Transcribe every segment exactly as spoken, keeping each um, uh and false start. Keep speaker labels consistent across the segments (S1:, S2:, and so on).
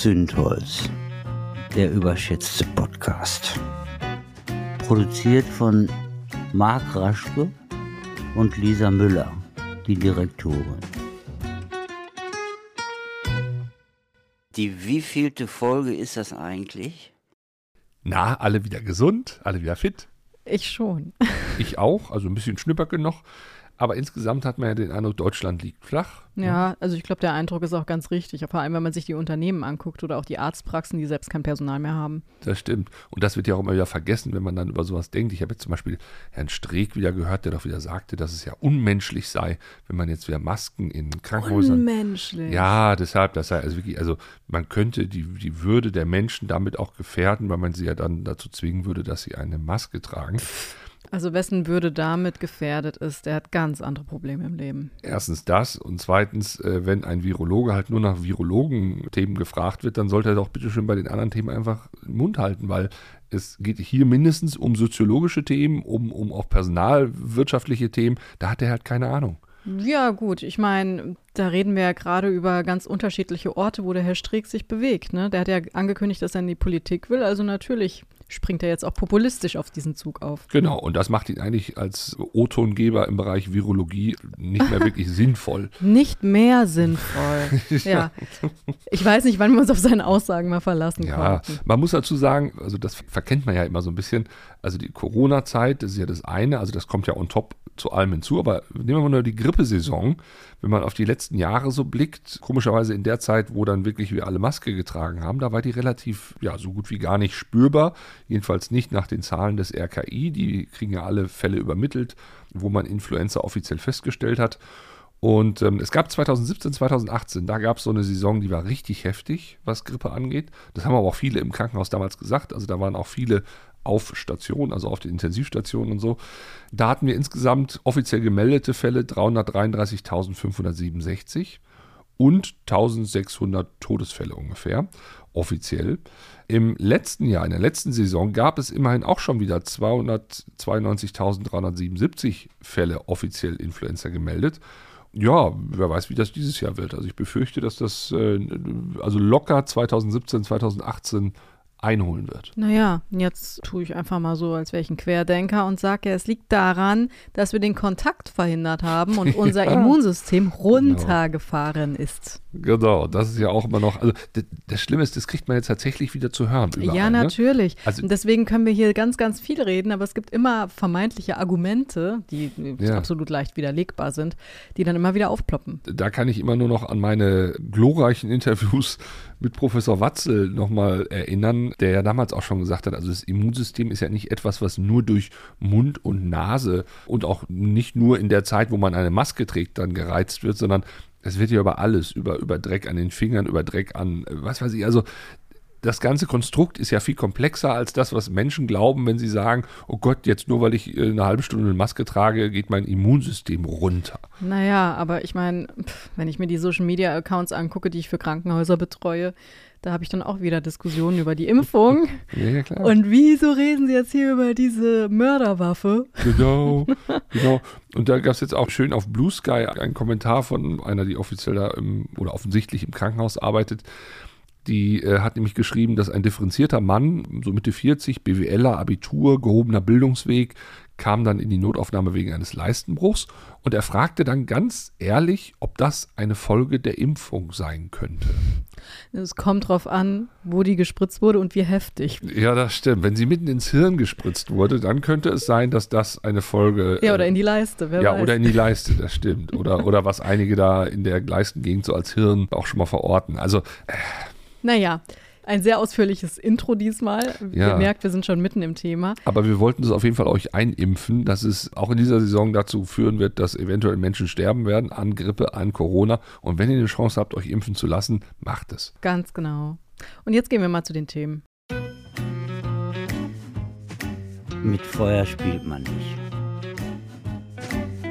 S1: Zündholz, der überschätzte Podcast. Produziert von Marc Raschke und Lisa Müller, die Direktorin. Die wievielte Folge ist das eigentlich?
S2: Na, alle wieder gesund, alle wieder fit.
S3: Ich schon.
S2: Ich auch, also ein bisschen Schnüpperke noch. Aber insgesamt hat man ja den Eindruck, Deutschland liegt flach.
S3: Ja, also ich glaube, der Eindruck ist auch ganz richtig. Vor allem, wenn man sich die Unternehmen anguckt oder auch die Arztpraxen, die selbst kein Personal mehr haben.
S2: Das stimmt. Und das wird ja auch immer wieder vergessen, wenn man dann über sowas denkt. Ich habe jetzt zum Beispiel Herrn Streeck wieder gehört, der doch wieder sagte, dass es ja unmenschlich sei, wenn man jetzt wieder Masken in Krankenhäusern...
S3: Unmenschlich.
S2: Ja, deshalb, das sei also wirklich, also man könnte die, die Würde der Menschen damit auch gefährden, weil man sie ja dann dazu zwingen würde, dass sie eine Maske tragen.
S3: Also wessen Würde damit gefährdet ist, der hat ganz andere Probleme im Leben.
S2: Erstens das und zweitens, äh, wenn ein Virologe halt nur nach Virologen-Themen gefragt wird, dann sollte er doch bitte schön bei den anderen Themen einfach den Mund halten, weil es geht hier mindestens um soziologische Themen, um, um auch personalwirtschaftliche Themen, da hat er halt keine Ahnung.
S3: Ja gut, ich meine, da reden wir ja gerade über ganz unterschiedliche Orte, wo der Herr Streeck sich bewegt. Ne? Der hat ja angekündigt, dass er in die Politik will, also natürlich springt er jetzt auch populistisch auf diesen Zug auf.
S2: Genau, und das macht ihn eigentlich als O-Tongeber im Bereich Virologie nicht mehr wirklich sinnvoll.
S3: Nicht mehr sinnvoll, ja. Ich weiß nicht, wann wir uns auf seine Aussagen mal verlassen
S2: ja,
S3: konnten.
S2: Man muss dazu sagen, also das verkennt man ja immer so ein bisschen, also die Corona-Zeit, das ist ja das eine, also das kommt ja on top zu allem hinzu, aber nehmen wir mal nur die Grippesaison, wenn man auf die letzten Jahre so blickt, komischerweise in der Zeit, wo dann wirklich wir alle Maske getragen haben, da war die relativ, ja, so gut wie gar nicht spürbar, jedenfalls nicht nach den Zahlen des R K I, die kriegen ja alle Fälle übermittelt, wo man Influenza offiziell festgestellt hat. Und ähm, es gab zwanzig siebzehn, zwanzig achtzehn, da gab es so eine Saison, die war richtig heftig, was Grippe angeht. Das haben aber auch viele im Krankenhaus damals gesagt, also da waren auch viele auf Stationen, also auf den Intensivstationen und so. Da hatten wir insgesamt offiziell gemeldete Fälle dreihundertdreiunddreißigtausendfünfhundertsiebenundsechzig und eintausendsechshundert Todesfälle ungefähr, offiziell. Im letzten Jahr, in der letzten Saison, gab es immerhin auch schon wieder zweihundertzweiundneunzigtausenddreihundertsiebenundsiebzig Fälle offiziell Influenza gemeldet. Ja, wer weiß, wie das dieses Jahr wird. Also ich befürchte, dass das äh, also locker zwanzig siebzehn, zwanzig achtzehn einholen wird.
S3: Naja, jetzt tue ich einfach mal so, als wäre ich ein Querdenker und sage, ja, es liegt daran, dass wir den Kontakt verhindert haben und unser ja. Immunsystem runtergefahren genau. ist.
S2: Genau, das ist ja auch immer noch, also das, das Schlimme ist, das kriegt man jetzt tatsächlich wieder zu hören. Überall,
S3: ja, natürlich.
S2: Ne? Also,
S3: und deswegen können wir hier ganz, ganz viel reden, aber es gibt immer vermeintliche Argumente, die ja. absolut leicht widerlegbar sind, die dann immer wieder aufploppen.
S2: Da kann ich immer nur noch an meine glorreichen Interviews mit Professor Watzel nochmal erinnern, der ja damals auch schon gesagt hat, also das Immunsystem ist ja nicht etwas, was nur durch Mund und Nase und auch nicht nur in der Zeit, wo man eine Maske trägt, dann gereizt wird, sondern es wird ja über alles, über, über Dreck an den Fingern, über Dreck an, was weiß ich, also das ganze Konstrukt ist ja viel komplexer als das, was Menschen glauben, wenn sie sagen, oh Gott, jetzt nur weil ich eine halbe Stunde eine Maske trage, geht mein Immunsystem runter.
S3: Naja, aber ich meine, wenn ich mir die Social-Media-Accounts angucke, die ich für Krankenhäuser betreue, da habe ich dann auch wieder Diskussionen über die Impfung.
S2: Ja, ja, klar.
S3: Und wieso reden sie jetzt hier über diese Mörderwaffe?
S2: Genau, genau. Und da gab es jetzt auch schön auf Blue Sky einen Kommentar von einer, die offiziell da im, oder offensichtlich im Krankenhaus arbeitet. Die äh, hat nämlich geschrieben, dass ein differenzierter Mann, so Mitte vierzig, BWLer, Abitur, gehobener Bildungsweg, kam dann in die Notaufnahme wegen eines Leistenbruchs und er fragte dann ganz ehrlich, ob das eine Folge der Impfung sein könnte.
S3: Es kommt drauf an, wo die gespritzt wurde und wie heftig.
S2: Ja, das stimmt. Wenn sie mitten ins Hirn gespritzt wurde, dann könnte es sein, dass das eine Folge...
S3: Ja, oder in die Leiste, wer
S2: ja,
S3: weiß.
S2: Ja, oder in die Leiste, das stimmt. Oder, oder was einige da in der Leistengegend so als Hirn auch schon mal verorten. Also... Äh,
S3: Naja, ein sehr ausführliches Intro diesmal.
S2: Ja.
S3: Ihr merkt, wir sind schon mitten im Thema.
S2: Aber wir wollten es auf jeden Fall euch einimpfen, dass es auch in dieser Saison dazu führen wird, dass eventuell Menschen sterben werden an Grippe, an Corona. Und wenn ihr eine Chance habt, euch impfen zu lassen, macht es.
S3: Ganz genau. Und jetzt gehen wir mal zu den Themen.
S1: Mit Feuer spielt man nicht.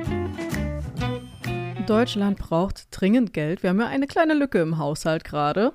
S3: Deutschland braucht dringend Geld. Wir haben ja eine kleine Lücke im Haushalt gerade.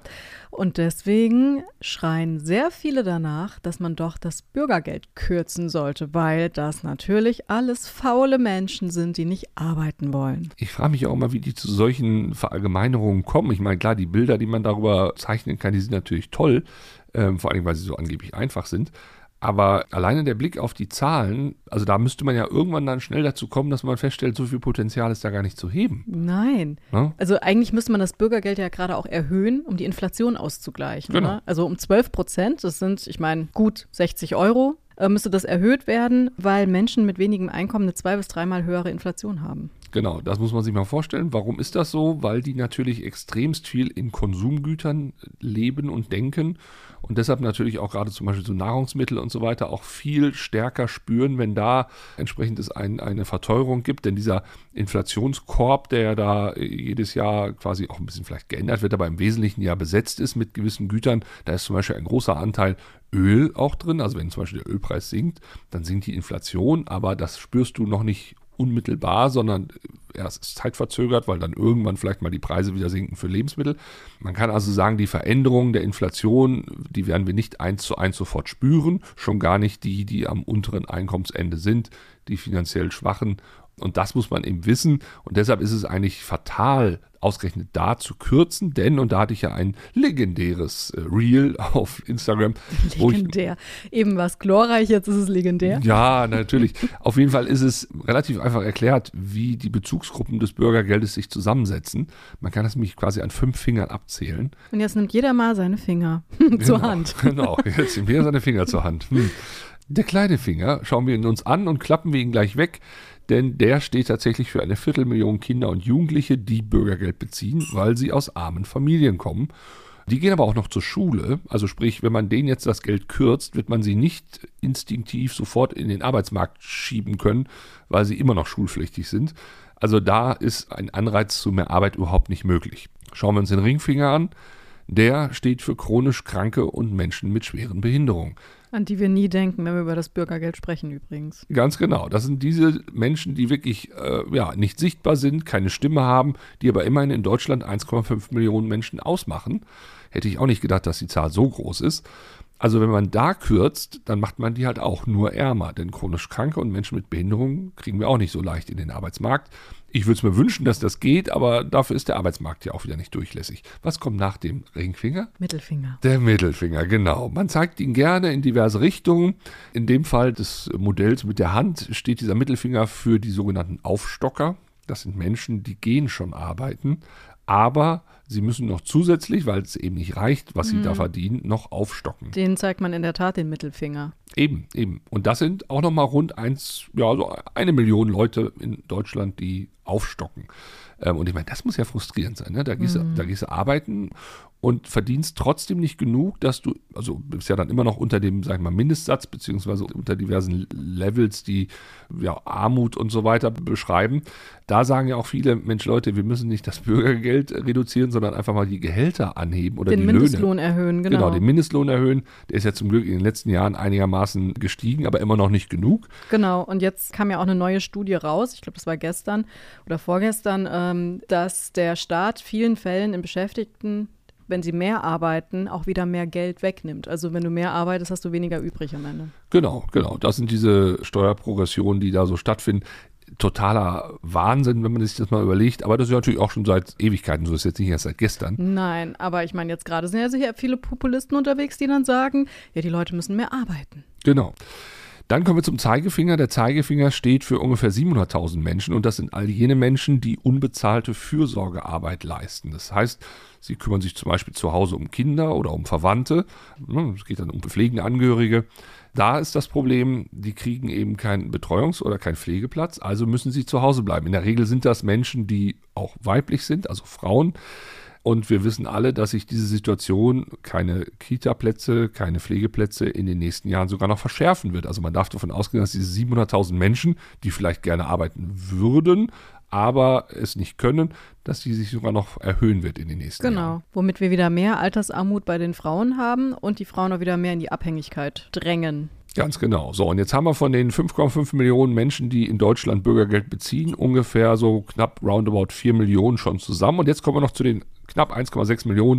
S3: Und deswegen schreien sehr viele danach, dass man doch das Bürgergeld kürzen sollte, weil das natürlich alles faule Menschen sind, die nicht arbeiten wollen.
S2: Ich frage mich auch immer, wie die zu solchen Verallgemeinerungen kommen. Ich meine, klar, die Bilder, die man darüber zeichnen kann, die sind natürlich toll, ähm, vor allem, weil sie so angeblich einfach sind. Aber alleine der Blick auf die Zahlen, also da müsste man ja irgendwann dann schnell dazu kommen, dass man feststellt, so viel Potenzial ist da gar nicht zu heben.
S3: Nein.
S2: Ja?
S3: Also eigentlich müsste man das Bürgergeld ja gerade auch erhöhen, um die Inflation auszugleichen.
S2: Genau.
S3: Ne? Also um zwölf Prozent, das sind, ich meine, gut sechzig Euro, äh, müsste das erhöht werden, weil Menschen mit wenigem Einkommen eine zwei- bis dreimal höhere Inflation haben.
S2: Genau, das muss man sich mal vorstellen. Warum ist das so? Weil die natürlich extremst viel in Konsumgütern leben und denken und deshalb natürlich auch gerade zum Beispiel so Nahrungsmittel und so weiter auch viel stärker spüren, wenn da entsprechend es ein, eine Verteuerung gibt. Denn dieser Inflationskorb, der ja da jedes Jahr quasi auch ein bisschen vielleicht geändert wird, aber im Wesentlichen ja besetzt ist mit gewissen Gütern, da ist zum Beispiel ein großer Anteil Öl auch drin. Also wenn zum Beispiel der Ölpreis sinkt, dann sinkt die Inflation, aber das spürst du noch nicht unmittelbar, sondern ja, es ist zeitverzögert, weil dann irgendwann vielleicht mal die Preise wieder sinken für Lebensmittel. Man kann also sagen, die Veränderungen der Inflation, die werden wir nicht eins zu eins sofort spüren, schon gar nicht die, die am unteren Einkommensende sind, die finanziell Schwachen. Und das muss man eben wissen. Und deshalb ist es eigentlich fatal, ausgerechnet da zu kürzen, denn, und da hatte ich ja ein legendäres äh, Reel auf Instagram.
S3: Legendär. Ich, Eben war es glorreich, jetzt ist es legendär.
S2: Ja, natürlich. Auf jeden Fall ist es relativ einfach erklärt, wie die Bezugsgruppen des Bürgergeldes sich zusammensetzen. Man kann das nämlich quasi an fünf Fingern abzählen.
S3: Und jetzt nimmt jeder mal seine Finger zur
S2: genau,
S3: Hand.
S2: Genau, jetzt nimmt jeder seine Finger zur Hand. Hm. Der kleine Finger, schauen wir ihn uns an und klappen wir ihn gleich weg. Denn der steht tatsächlich für eine Viertelmillion Kinder und Jugendliche, die Bürgergeld beziehen, weil sie aus armen Familien kommen. Die gehen aber auch noch zur Schule. Also sprich, wenn man denen jetzt das Geld kürzt, wird man sie nicht instinktiv sofort in den Arbeitsmarkt schieben können, weil sie immer noch schulpflichtig sind. Also da ist ein Anreiz zu mehr Arbeit überhaupt nicht möglich. Schauen wir uns den Ringfinger an. Der steht für chronisch Kranke und Menschen mit schweren Behinderungen.
S3: An die wir nie denken, wenn wir über das Bürgergeld sprechen übrigens.
S2: Ganz genau. Das sind diese Menschen, die wirklich äh, ja, nicht sichtbar sind, keine Stimme haben, die aber immerhin in Deutschland eins Komma fünf Millionen Menschen ausmachen. Hätte ich auch nicht gedacht, dass die Zahl so groß ist. Also wenn man da kürzt, dann macht man die halt auch nur ärmer. Denn chronisch Kranke und Menschen mit Behinderungen kriegen wir auch nicht so leicht in den Arbeitsmarkt. Ich würde es mir wünschen, dass das geht, aber dafür ist der Arbeitsmarkt ja auch wieder nicht durchlässig. Was kommt nach dem Ringfinger?
S3: Mittelfinger.
S2: Der Mittelfinger, genau. Man zeigt ihn gerne in diverse Richtungen. In dem Fall des Modells mit der Hand steht dieser Mittelfinger für die sogenannten Aufstocker. Das sind Menschen, die gehen schon arbeiten, aber sie müssen noch zusätzlich, weil es eben nicht reicht, was sie mhm. da verdienen, noch aufstocken.
S3: Den zeigt man in der Tat den Mittelfinger.
S2: Eben, eben. Und das sind auch nochmal rund eins, ja, so eine Million Leute in Deutschland, die aufstocken. Ähm, und ich meine, das muss ja frustrierend sein. Ne? Da, gehst
S3: mhm.
S2: du, da gehst du arbeiten und verdienst trotzdem nicht genug, dass du, also bist ja dann immer noch unter dem, sag ich mal, Mindestsatz, beziehungsweise unter diversen Levels, die ja Armut und so weiter beschreiben. Da sagen ja auch viele, Mensch Leute, wir müssen nicht das Bürgergeld reduzieren, sondern einfach mal die Gehälter anheben oder
S3: den
S2: die
S3: Mindestlohn
S2: Löhne.
S3: erhöhen, genau.
S2: Genau, den Mindestlohn erhöhen. Der ist ja zum Glück in den letzten Jahren einigermaßen gestiegen, aber immer noch nicht genug.
S3: Genau, und jetzt kam ja auch eine neue Studie raus, ich glaube, das war gestern oder vorgestern, ähm, dass der Staat vielen Fällen in Beschäftigten, wenn sie mehr arbeiten, auch wieder mehr Geld wegnimmt. Also wenn du mehr arbeitest, hast du weniger übrig am Ende.
S2: Genau, genau. Das sind diese Steuerprogressionen, die da so stattfinden. Totaler Wahnsinn, wenn man sich das mal überlegt. Aber das ist ja natürlich auch schon seit Ewigkeiten so. Das ist jetzt nicht erst seit gestern.
S3: Nein, aber ich meine, jetzt gerade sind ja sicher viele Populisten unterwegs, die dann sagen, ja, die Leute müssen mehr arbeiten.
S2: Genau. Dann kommen wir zum Zeigefinger. Der Zeigefinger steht für ungefähr siebenhunderttausend Menschen und das sind all jene Menschen, die unbezahlte Fürsorgearbeit leisten. Das heißt, sie kümmern sich zum Beispiel zu Hause um Kinder oder um Verwandte. Es geht dann um pflegende Angehörige. Da ist das Problem, die kriegen eben keinen Betreuungs- oder keinen Pflegeplatz, also müssen sie zu Hause bleiben. In der Regel sind das Menschen, die auch weiblich sind, also Frauen. Und wir wissen alle, dass sich diese Situation, keine Kita-Plätze, keine Pflegeplätze in den nächsten Jahren sogar noch verschärfen wird. Also man darf davon ausgehen, dass diese siebenhunderttausend Menschen, die vielleicht gerne arbeiten würden, aber es nicht können, dass die sich sogar noch erhöhen wird in den nächsten
S3: genau.
S2: Jahren.
S3: Genau, womit wir wieder mehr Altersarmut bei den Frauen haben und die Frauen auch wieder mehr in die Abhängigkeit drängen.
S2: Ganz genau. So, und jetzt haben wir von den fünf Komma fünf Millionen Menschen, die in Deutschland Bürgergeld beziehen, ungefähr so knapp roundabout vier Millionen schon zusammen. Und jetzt kommen wir noch zu den knapp eins Komma sechs Millionen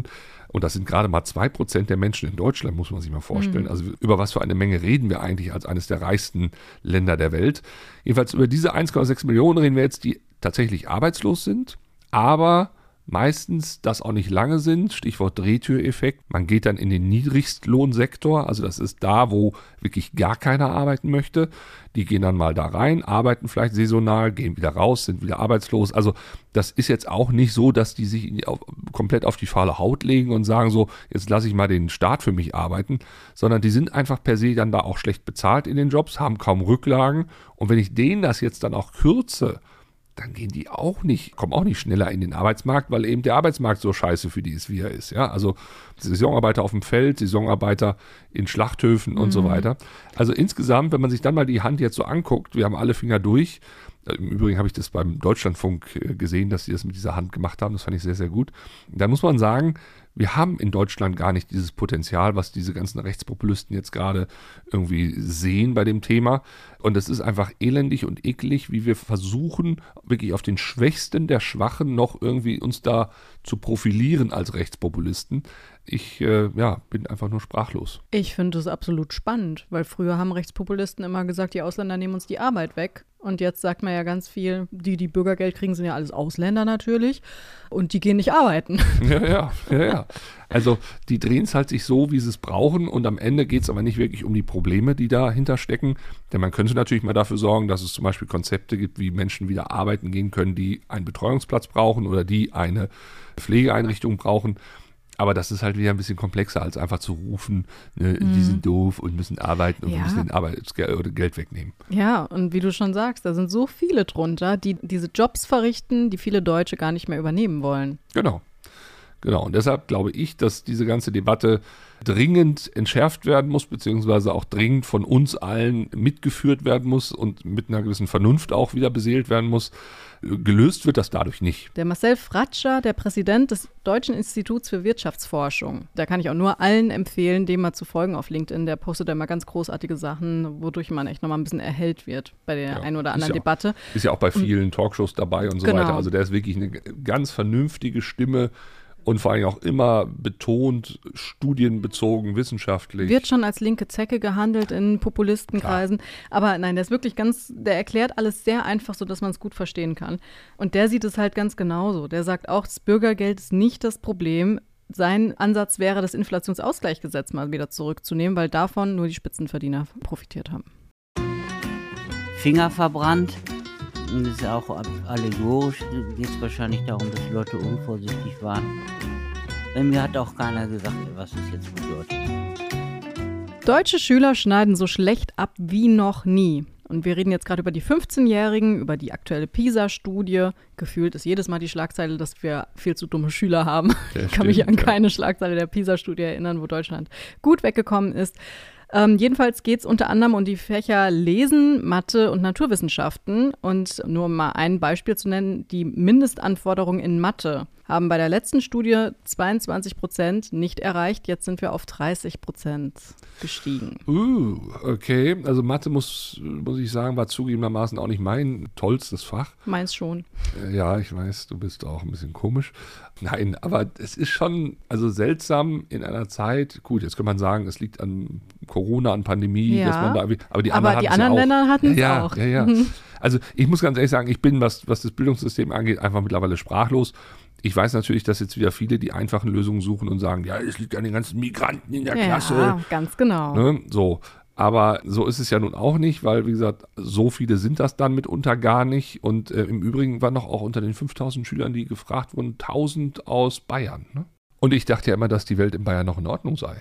S2: Und das sind gerade mal zwei Prozent der Menschen in Deutschland, muss man sich mal vorstellen.
S3: Mhm.
S2: Also über was für eine Menge reden wir eigentlich als eines der reichsten Länder der Welt. Jedenfalls über diese eins Komma sechs Millionen reden wir jetzt, die tatsächlich arbeitslos sind, aber meistens das auch nicht lange sind, Stichwort Drehtüreffekt. Man geht dann in den Niedrigstlohnsektor, also das ist da, wo wirklich gar keiner arbeiten möchte. Die gehen dann mal da rein, arbeiten vielleicht saisonal, gehen wieder raus, sind wieder arbeitslos. Also das ist jetzt auch nicht so, dass die sich auf, komplett auf die fahle Haut legen und sagen so, jetzt lasse ich mal den Staat für mich arbeiten, sondern die sind einfach per se dann da auch schlecht bezahlt in den Jobs, haben kaum Rücklagen. Und wenn ich denen das jetzt dann auch kürze, dann gehen die auch nicht, kommen auch nicht schneller in den Arbeitsmarkt, weil eben der Arbeitsmarkt so scheiße für die ist, wie er ist. Ja? Also Saisonarbeiter auf dem Feld, Saisonarbeiter in Schlachthöfen und mhm. so weiter. Also insgesamt, wenn man sich dann mal die Hand jetzt so anguckt, wir haben alle Finger durch. Im Übrigen habe ich das beim Deutschlandfunk gesehen, dass sie das mit dieser Hand gemacht haben. Das fand ich sehr, sehr gut. Da muss man sagen, wir haben in Deutschland gar nicht dieses Potenzial, was diese ganzen Rechtspopulisten jetzt gerade irgendwie sehen bei dem Thema. Und es ist einfach elendig und eklig, wie wir versuchen, wirklich auf den Schwächsten der Schwachen noch irgendwie uns da zu profilieren als Rechtspopulisten. Ich äh, ja, bin einfach nur sprachlos.
S3: Ich finde es absolut spannend, weil früher haben Rechtspopulisten immer gesagt, die Ausländer nehmen uns die Arbeit weg. Und jetzt sagt man ja ganz viel, die, die Bürgergeld kriegen, sind ja alles Ausländer natürlich. Und die gehen nicht arbeiten.
S2: Ja, ja, ja, ja. Also die drehen es halt sich so, wie sie es brauchen. Und am Ende geht es aber nicht wirklich um die Probleme, die dahinter stecken. Denn man könnte natürlich mal dafür sorgen, dass es zum Beispiel Konzepte gibt, wie Menschen wieder arbeiten gehen können, die einen Betreuungsplatz brauchen oder die eine Pflegeeinrichtung brauchen. Aber das ist halt wieder ein bisschen komplexer, als einfach zu rufen, ne, mm. die sind doof und müssen arbeiten und ja. wir müssen den Arbeitsgeld oder Geld wegnehmen.
S3: Ja, und wie du schon sagst, da sind so viele drunter, die diese Jobs verrichten, die viele Deutsche gar nicht mehr übernehmen wollen.
S2: Genau. Genau. Und deshalb glaube ich, dass diese ganze Debatte dringend entschärft werden muss, beziehungsweise auch dringend von uns allen mitgeführt werden muss und mit einer gewissen Vernunft auch wieder beseelt werden muss. Gelöst wird das dadurch nicht.
S3: Der Marcel Fratscher, der Präsident des Deutschen Instituts für Wirtschaftsforschung, da kann ich auch nur allen empfehlen, dem mal zu folgen auf LinkedIn. Der postet da immer ganz großartige Sachen, wodurch man echt nochmal ein bisschen erhellt wird bei der ja, einen oder anderen
S2: ja
S3: Debatte.
S2: Auch, ist ja auch bei vielen Talkshows dabei und so
S3: genau.
S2: weiter. Also der ist wirklich eine ganz vernünftige Stimme. Und vor allem auch immer betont, studienbezogen, wissenschaftlich.
S3: Wird schon als linke Zecke gehandelt in Populistenkreisen. Klar. Aber nein, der ist wirklich ganz, der erklärt alles sehr einfach, sodass man es gut verstehen kann. Und der sieht es halt ganz genauso. Der sagt auch, das Bürgergeld ist nicht das Problem. Sein Ansatz wäre, das Inflationsausgleichsgesetz mal wieder zurückzunehmen, weil davon nur die Spitzenverdiener profitiert haben.
S1: Finger verbrannt. Das ist auch allegorisch, geht es wahrscheinlich darum, dass die Leute unvorsichtig waren. Mir hat auch keiner gesagt, was das jetzt bedeutet.
S3: Deutsche Schüler schneiden so schlecht ab wie noch nie. Und wir reden jetzt gerade über die fünfzehnjährigen, über die aktuelle PISA-Studie. Gefühlt ist jedes Mal die Schlagzeile, dass wir viel zu dumme Schüler haben. Ja, ich kann mich an keine Schlagzeile der PISA-Studie erinnern, wo Deutschland gut weggekommen ist. Ähm, jedenfalls geht es unter anderem um die Fächer Lesen, Mathe und Naturwissenschaften. Und nur um mal ein Beispiel zu nennen, die Mindestanforderungen in Mathe haben bei der letzten Studie zweiundzwanzig Prozent nicht erreicht. Jetzt sind wir auf dreißig Prozent gestiegen.
S2: Uh, okay. Also Mathe, muss, muss ich sagen, war zugegebenermaßen auch nicht mein tollstes Fach.
S3: Meins schon.
S2: Ja, ich weiß, du bist auch ein bisschen komisch. Nein, aber es ist schon also seltsam in einer Zeit, gut, jetzt kann man sagen, es liegt an Corona, an Pandemie,
S3: ja,
S2: dass man da, aber die
S3: aber
S2: anderen,
S3: die anderen
S2: ja
S3: Länder hatten es
S2: ja,
S3: auch.
S2: Ja, ja, ja. Also ich muss ganz ehrlich sagen, ich bin, was, was das Bildungssystem angeht, einfach mittlerweile sprachlos. Ich weiß natürlich, dass jetzt wieder viele die einfachen Lösungen suchen und sagen, ja, es liegt an den ganzen Migranten in der
S3: ja,
S2: Klasse.
S3: Ja, ganz genau.
S2: Ne? So. Aber so ist es ja nun auch nicht, weil, wie gesagt, so viele sind das dann mitunter gar nicht. Und äh, im Übrigen waren noch auch unter den fünftausend Schülern, die gefragt wurden, tausend aus Bayern. Ne? Und ich dachte ja immer, dass die Welt in Bayern noch in Ordnung sei.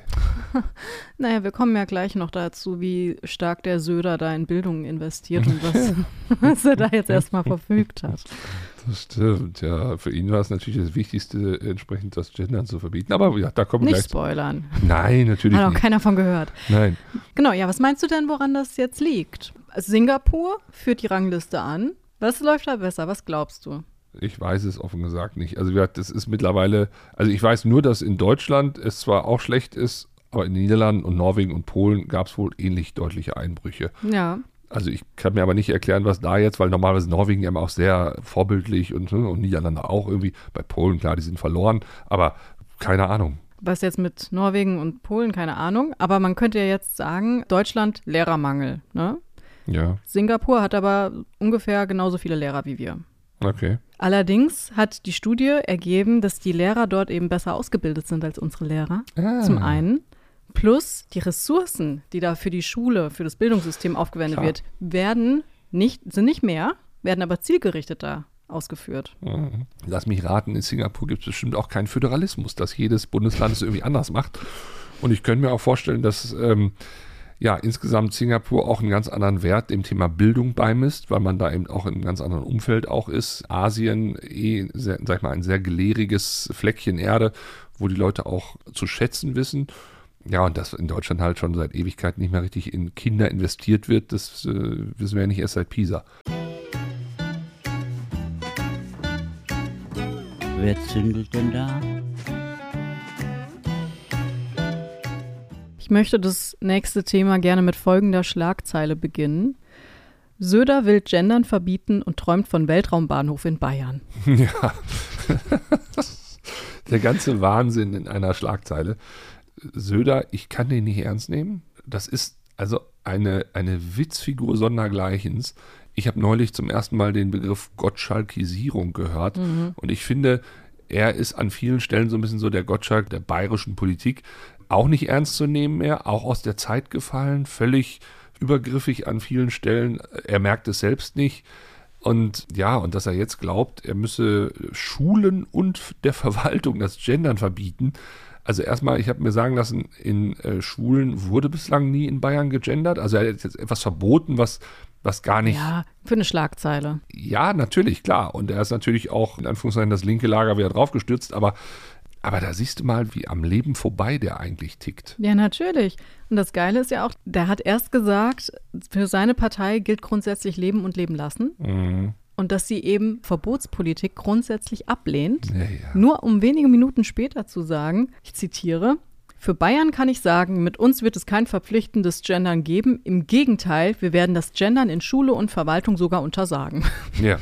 S3: Naja, wir kommen ja gleich noch dazu, wie stark der Söder da in Bildung investiert und was, was er da jetzt erstmal verfügt hat.
S2: Das stimmt, ja. Für ihn war es natürlich das Wichtigste, entsprechend das Gendern zu verbieten. Aber ja, da kommen wir
S3: nicht
S2: gleich.
S3: Spoilern.
S2: Nein, natürlich
S3: Hat auch
S2: nicht.
S3: keiner von gehört.
S2: Nein.
S3: Genau, ja, was meinst du denn, woran das jetzt liegt? Singapur führt die Rangliste an. Was läuft da besser? Was glaubst du?
S2: Ich weiß es offen gesagt nicht. Also das ist mittlerweile, also ich weiß nur, dass in Deutschland es zwar auch schlecht ist, aber in den Niederlanden und Norwegen und Polen gab es wohl ähnlich deutliche Einbrüche.
S3: Ja.
S2: Also ich kann mir aber nicht erklären, was da jetzt, weil normalerweise Norwegen ja immer auch sehr vorbildlich und, und Niederlande auch irgendwie. Bei Polen, klar, die sind verloren, aber keine Ahnung.
S3: Was jetzt mit Norwegen und Polen, keine Ahnung. Aber man könnte ja jetzt sagen, Deutschland Lehrermangel. Ne?
S2: Ja.
S3: Singapur hat aber ungefähr genauso viele Lehrer wie wir.
S2: Okay.
S3: Allerdings hat die Studie ergeben, dass die Lehrer dort eben besser ausgebildet sind als unsere Lehrer.
S2: Ah.
S3: Zum einen. Plus die Ressourcen, die da für die Schule, für das Bildungssystem aufgewendet
S2: Klar.
S3: wird, werden nicht, sind nicht mehr, werden aber zielgerichteter ausgeführt.
S2: Lass mich raten, in Singapur gibt es bestimmt auch keinen Föderalismus, dass jedes Bundesland es irgendwie anders macht. Und ich könnte mir auch vorstellen, dass ähm, ja insgesamt Singapur auch einen ganz anderen Wert dem Thema Bildung beimisst, weil man da eben auch in einem ganz anderen Umfeld auch ist. Asien, eh, sehr, sag ich mal, ein sehr gelehriges Fleckchen Erde, wo die Leute auch zu schätzen wissen. Ja, und dass in Deutschland halt schon seit Ewigkeit nicht mehr richtig in Kinder investiert wird, das äh, wissen wir ja nicht erst seit Pisa.
S1: Wer zündelt denn da?
S3: Ich möchte das nächste Thema gerne mit folgender Schlagzeile beginnen. Söder will Gendern verbieten und träumt von Weltraumbahnhof in Bayern.
S2: Ja, der ganze Wahnsinn in einer Schlagzeile. Söder, ich kann den nicht ernst nehmen. Das ist also eine, eine Witzfigur sondergleichens. Ich habe neulich zum ersten Mal den Begriff Gottschalkisierung gehört. Mhm. Und ich finde, er ist an vielen Stellen so ein bisschen so der Gottschalk der bayerischen Politik. Auch nicht ernst zu nehmen mehr, auch aus der Zeit gefallen, völlig übergriffig an vielen Stellen. Er merkt es selbst nicht. Und ja, und dass er jetzt glaubt, er müsse Schulen und der Verwaltung das Gendern verbieten. Also erstmal, ich habe mir sagen lassen, in äh, Schulen wurde bislang nie in Bayern gegendert. Also er hat jetzt etwas verboten, was, was gar nicht...
S3: Ja, für eine Schlagzeile.
S2: Ja, natürlich, klar. Und er ist natürlich auch, in Anführungszeichen, das linke Lager wieder draufgestürzt. Aber, aber da siehst du mal, wie am Leben vorbei der eigentlich tickt.
S3: Ja, natürlich. Und das Geile ist ja auch, der hat erst gesagt, für seine Partei gilt grundsätzlich Leben und Leben lassen.
S2: Mhm.
S3: Und dass sie eben Verbotspolitik grundsätzlich ablehnt,
S2: Ja, ja.
S3: nur um wenige Minuten später zu sagen, ich zitiere, für Bayern kann ich sagen, mit uns wird es kein verpflichtendes Gendern geben. Im Gegenteil, wir werden das Gendern in Schule und Verwaltung sogar untersagen.
S2: Ja,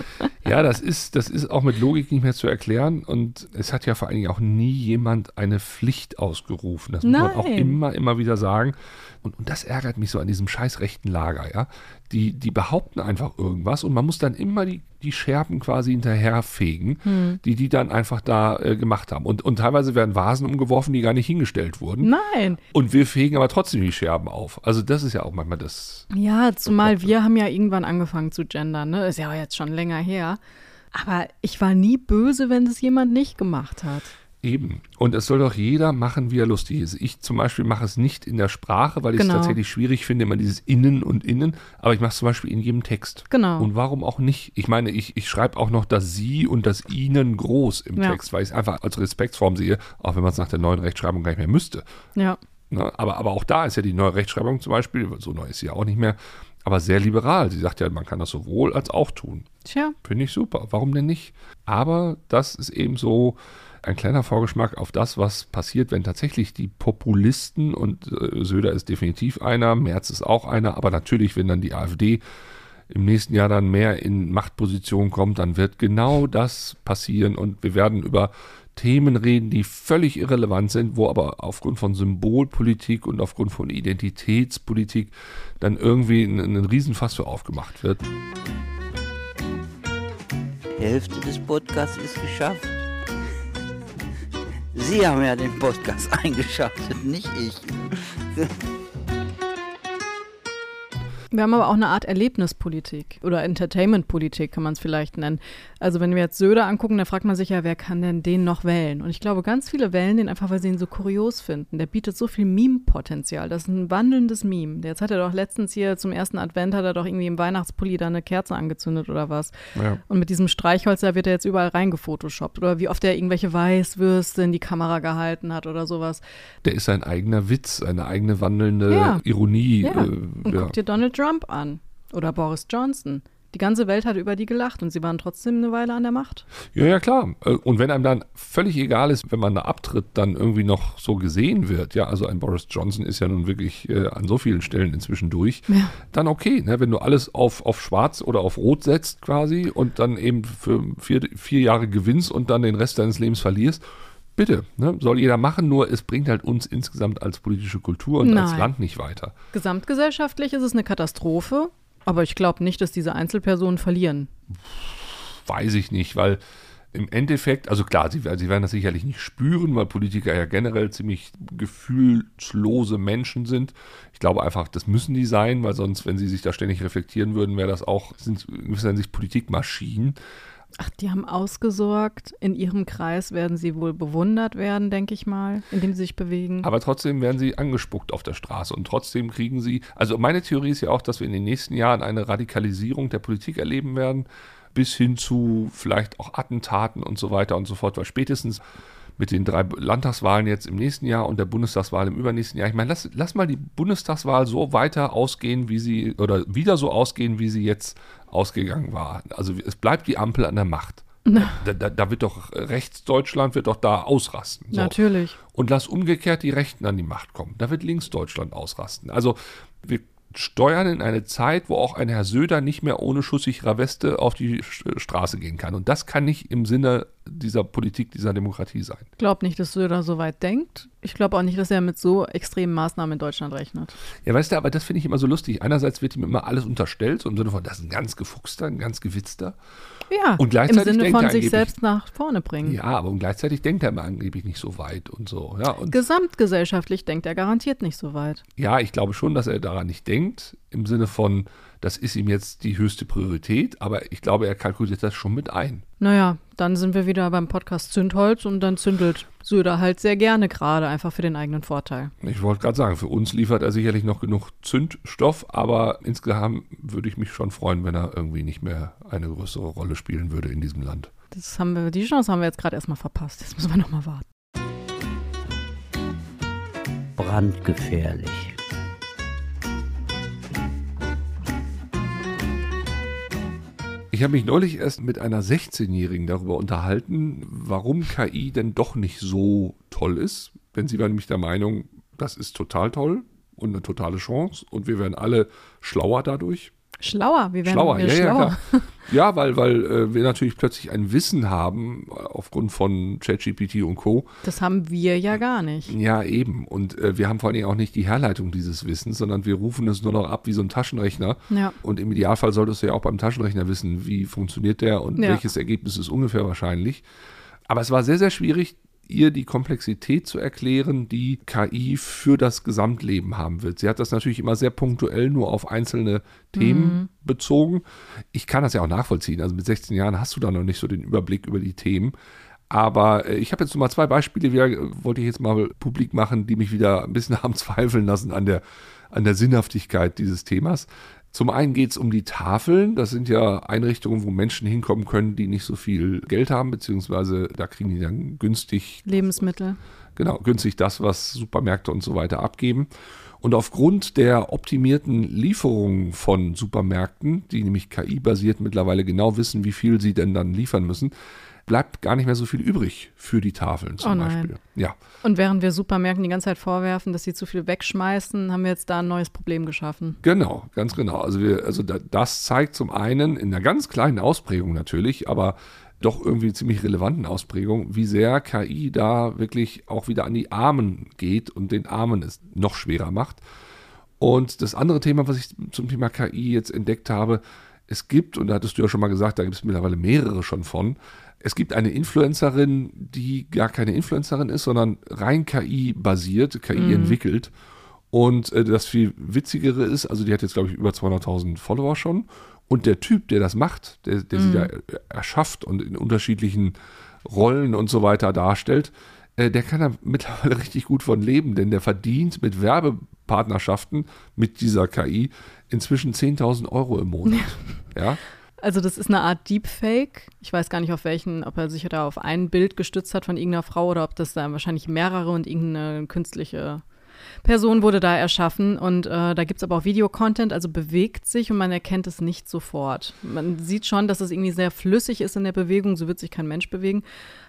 S2: ja das, ist, das ist auch mit Logik nicht mehr zu erklären. Und es hat ja vor allen Dingen auch nie jemand eine Pflicht ausgerufen. Das muss
S3: Nein.
S2: man auch immer, immer wieder sagen. Und, und das ärgert mich so an diesem scheiß rechten Lager, ja. Die, die behaupten einfach irgendwas und man muss dann immer die, die Scherben quasi hinterherfegen, hm. die die dann einfach da äh, gemacht haben. Und, und teilweise werden Vasen umgeworfen, die gar nicht hingestellt wurden.
S3: Nein.
S2: Und wir fegen aber trotzdem die Scherben auf. Also das ist ja auch manchmal das...
S3: Ja, zumal wir haben ja irgendwann angefangen zu gendern, ne? Ist ja jetzt schon länger her. Aber ich war nie böse, wenn es jemand nicht gemacht hat.
S2: Eben. Und es soll doch jeder machen, wie er lustig ist. Ich zum Beispiel mache es nicht in der Sprache, weil ich
S3: Genau.
S2: es tatsächlich schwierig finde, immer dieses Innen und Innen. Aber ich mache es zum Beispiel in jedem Text.
S3: Genau.
S2: Und warum auch nicht? Ich meine, ich, ich schreibe auch noch das Sie und das Ihnen groß im
S3: Ja.
S2: Text, weil ich es einfach als Respektsform sehe, auch wenn man es nach der neuen Rechtschreibung gar nicht mehr müsste.
S3: Ja.
S2: Ne? Aber, aber auch da ist ja die neue Rechtschreibung zum Beispiel, so neu ist sie ja auch nicht mehr, aber sehr liberal. Sie sagt ja, man kann das sowohl als auch tun.
S3: Tja.
S2: Finde ich super. Warum denn nicht? Aber das ist eben so ein kleiner Vorgeschmack auf das, was passiert, wenn tatsächlich die Populisten, und äh, Söder ist definitiv einer, Merz ist auch einer, aber natürlich, wenn dann die AfD im nächsten Jahr dann mehr in Machtposition kommt, dann wird genau das passieren und wir werden über Themen reden, die völlig irrelevant sind, wo aber aufgrund von Symbolpolitik und aufgrund von Identitätspolitik dann irgendwie ein, ein Riesenfass für aufgemacht wird.
S1: Die Hälfte des Podcasts ist geschafft. Sie haben ja den Podcast eingeschaltet, nicht ich.
S3: Wir haben aber auch eine Art Erlebnispolitik oder Entertainmentpolitik, kann man es vielleicht nennen. Also wenn wir jetzt Söder angucken, da fragt man sich ja, wer kann denn den noch wählen? Und ich glaube, ganz viele wählen den einfach, weil sie ihn so kurios finden. Der bietet so viel Meme-Potenzial. Das ist ein wandelndes Meme. Jetzt hat er doch letztens hier zum ersten Advent, hat er doch irgendwie im Weihnachtspulli da eine Kerze angezündet oder was.
S2: Ja.
S3: Und mit diesem Streichholz, da wird er jetzt überall reingefotoshoppt. Oder wie oft er irgendwelche Weißwürste in die Kamera gehalten hat oder sowas.
S2: Der ist sein eigener Witz, eine eigene wandelnde
S3: Ja.
S2: Ironie.
S3: Ja.
S2: Äh,
S3: Und
S2: ja.
S3: guck dir Donald Trump an. Oder Boris Johnson. Die ganze Welt hat über die gelacht und sie waren trotzdem eine Weile an der Macht.
S2: Ja, ja, klar. Und wenn einem dann völlig egal ist, wenn man da abtritt, dann irgendwie noch so gesehen wird, ja, also ein Boris Johnson ist ja nun wirklich äh, an so vielen Stellen inzwischen durch,
S3: Ja.
S2: dann okay, ne, wenn du alles auf, auf schwarz oder auf rot setzt quasi und dann eben für vier, vier Jahre gewinnst und dann den Rest deines Lebens verlierst, Bitte, ne? Soll jeder machen, nur es bringt halt uns insgesamt als politische Kultur und
S3: Nein.
S2: als Land nicht weiter.
S3: Gesamtgesellschaftlich ist es eine Katastrophe, aber ich glaube nicht, dass diese Einzelpersonen verlieren.
S2: Weiß ich nicht, weil im Endeffekt, also klar, sie, sie werden das sicherlich nicht spüren, weil Politiker ja generell ziemlich gefühlslose Menschen sind. Ich glaube einfach, das müssen die sein, weil sonst, wenn sie sich da ständig reflektieren würden, wäre das auch, sind in gewisser Hinsicht Politikmaschinen.
S3: Ach, die haben ausgesorgt. In ihrem Kreis werden sie wohl bewundert werden, denke ich mal, indem sie sich bewegen.
S2: Aber trotzdem werden sie angespuckt auf der Straße und trotzdem kriegen sie, also meine Theorie ist ja auch, dass wir in den nächsten Jahren eine Radikalisierung der Politik erleben werden, bis hin zu vielleicht auch Attentaten und so weiter und so fort, weil spätestens mit den drei Landtagswahlen jetzt im nächsten Jahr und der Bundestagswahl im übernächsten Jahr, ich meine, lass, lass mal die Bundestagswahl so weiter ausgehen, wie sie, oder wieder so ausgehen, wie sie jetzt ausgegangen war. Also es bleibt die Ampel an der Macht. Da, da, da wird doch Rechtsdeutschland wird doch da ausrasten. So.
S3: Natürlich.
S2: Und lass umgekehrt die Rechten an die Macht kommen. Da wird Linksdeutschland ausrasten. Also wir steuern in eine Zeit, wo auch ein Herr Söder nicht mehr ohne schusssicherer Weste auf die Straße gehen kann. Und das kann nicht im Sinne dieser Politik, dieser Demokratie sein.
S3: Ich glaube nicht, dass Söder so weit denkt. Ich glaube auch nicht, dass er mit so extremen Maßnahmen in Deutschland rechnet.
S2: Ja, weißt du, aber das finde ich immer so lustig. Einerseits wird ihm immer alles unterstellt, so im Sinne von, das ist ein ganz gefuchster, ein ganz gewitzter.
S3: Ja,
S2: und gleichzeitig
S3: im Sinne
S2: denkt
S3: von
S2: er
S3: sich
S2: angeblich-
S3: selbst nach vorne bringen.
S2: Ja, aber und gleichzeitig denkt er immer angeblich nicht so weit und so. Ja, und
S3: Gesamtgesellschaftlich denkt er garantiert nicht so weit.
S2: ja, ich glaube schon, dass er daran nicht denkt, im Sinne von, das ist ihm jetzt die höchste Priorität, aber ich glaube, er kalkuliert das schon mit ein.
S3: Naja, dann sind wir wieder beim Podcast Zündholz und dann zündelt Söder halt sehr gerne gerade, einfach für den eigenen Vorteil.
S2: Ich wollte gerade sagen, für uns liefert er sicherlich noch genug Zündstoff, aber insgesamt würde ich mich schon freuen, wenn er irgendwie nicht mehr eine größere Rolle spielen würde in diesem Land.
S3: Das haben wir, die Chance haben wir jetzt gerade erstmal verpasst. Jetzt müssen wir nochmal warten.
S1: Brandgefährlich.
S2: Ich habe mich neulich erst mit einer sechzehnjährigen darüber unterhalten, warum K I denn doch nicht so toll ist. Denn sie war nämlich der Meinung, das ist total toll und eine totale Chance und wir werden alle schlauer dadurch.
S3: Schlauer, wir werden
S2: Schlauer,
S3: wir
S2: ja, ja,
S3: schlauer.
S2: klar. Ja, weil, weil äh, wir natürlich plötzlich ein Wissen haben äh, aufgrund von ChatGPT und Co.
S3: Das haben wir ja gar nicht.
S2: Ja, eben. Und äh, wir haben vor allen Dingen auch nicht die Herleitung dieses Wissens, sondern wir rufen es nur noch ab wie so ein Taschenrechner.
S3: Ja.
S2: Und im Idealfall solltest du ja auch beim Taschenrechner wissen, wie funktioniert der und
S3: Ja.
S2: welches Ergebnis ist ungefähr wahrscheinlich. Aber es war sehr, sehr schwierig, ihr die Komplexität zu erklären, die K I für das Gesamtleben haben wird. Sie hat das natürlich immer sehr punktuell nur auf einzelne Themen bezogen. Ich kann das ja auch nachvollziehen. Also mit sechzehn Jahren hast du da noch nicht so den Überblick über die Themen. Aber äh, ich habe jetzt noch mal zwei Beispiele, wieder, äh, wollte ich jetzt mal publik machen, die mich wieder ein bisschen haben zweifeln lassen an der, an der Sinnhaftigkeit dieses Themas. Zum einen geht es um die Tafeln. Das sind ja Einrichtungen, wo Menschen hinkommen können, die nicht so viel Geld haben, beziehungsweise da kriegen die dann günstig,
S3: Lebensmittel.
S2: genau, günstig das, was Supermärkte und so weiter abgeben. Und aufgrund der optimierten Lieferungen von Supermärkten, die nämlich K I-basiert mittlerweile genau wissen, wie viel sie denn dann liefern müssen, bleibt gar nicht mehr so viel übrig für die Tafeln zum
S3: Oh nein.
S2: Beispiel. Ja.
S3: Und während wir Supermärkten die ganze Zeit vorwerfen, dass sie zu viel wegschmeißen, haben wir jetzt da ein neues Problem geschaffen.
S2: Genau, ganz genau. Also wir, also da, das zeigt zum einen in einer ganz kleinen Ausprägung natürlich, aber doch irgendwie ziemlich relevanten Ausprägung, wie sehr K I da wirklich auch wieder an die Armen geht und den Armen es noch schwerer macht. Und das andere Thema, was ich zum Thema K I jetzt entdeckt habe, es gibt, und da hattest du ja schon mal gesagt, da gibt es mittlerweile mehrere schon von, es gibt eine Influencerin, die gar keine Influencerin ist, sondern rein K I-basiert, K I
S3: Mhm.
S2: entwickelt. Und äh, das viel Witzigere ist, also die hat jetzt, glaube ich, über zweihunderttausend Follower schon. Und der Typ, der das macht, der, der sie
S3: Mhm.
S2: da äh, erschafft und in unterschiedlichen Rollen und so weiter darstellt, äh, der kann da mittlerweile richtig gut von leben, denn der verdient mit Werbepartnerschaften mit dieser K I inzwischen zehntausend Euro im Monat. Ja.
S3: Also das ist eine Art Deepfake. Ich weiß gar nicht, auf welchen, ob er sich da auf ein Bild gestützt hat von irgendeiner Frau oder ob das da wahrscheinlich mehrere und irgendeine künstliche Person wurde da erschaffen. Und äh, da gibt es aber auch Videocontent, also bewegt sich und man erkennt es nicht sofort. Man sieht schon, dass es irgendwie sehr flüssig ist in der Bewegung, so wird sich kein Mensch bewegen.